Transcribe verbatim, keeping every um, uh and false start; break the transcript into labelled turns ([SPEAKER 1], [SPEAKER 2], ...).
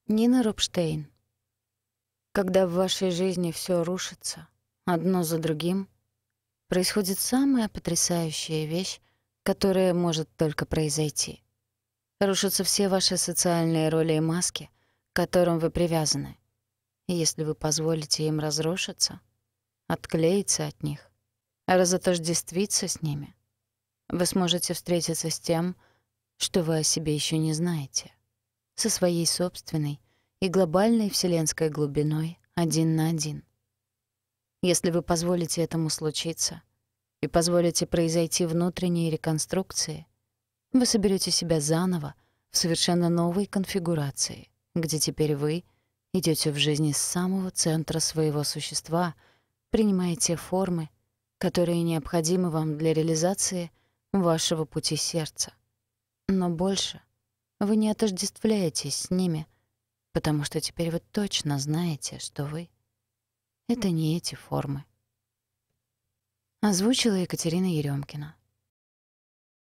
[SPEAKER 1] Нина Рубштейн. Когда в вашей жизни все рушится, одно за другим, происходит самая потрясающая вещь, которая может только произойти. Рушатся все ваши социальные роли и маски, к которым вы привязаны. И если вы позволите им разрушиться, отклеиться от них, разотождествиться с ними, вы сможете встретиться с тем, что вы о себе еще не знаете, со своей собственной и глобальной вселенской глубиной один на один. Если вы позволите этому случиться и позволите произойти внутренней реконструкции, вы соберете себя заново в совершенно новой конфигурации, где теперь вы идете в жизнь из самого центра своего существа, принимая те формы, которые необходимы вам для реализации вашего пути сердца. Но больше вы не отождествляетесь с ними, потому что теперь вы точно знаете, что вы — это не эти формы. Озвучила Екатерина Ерёмкина.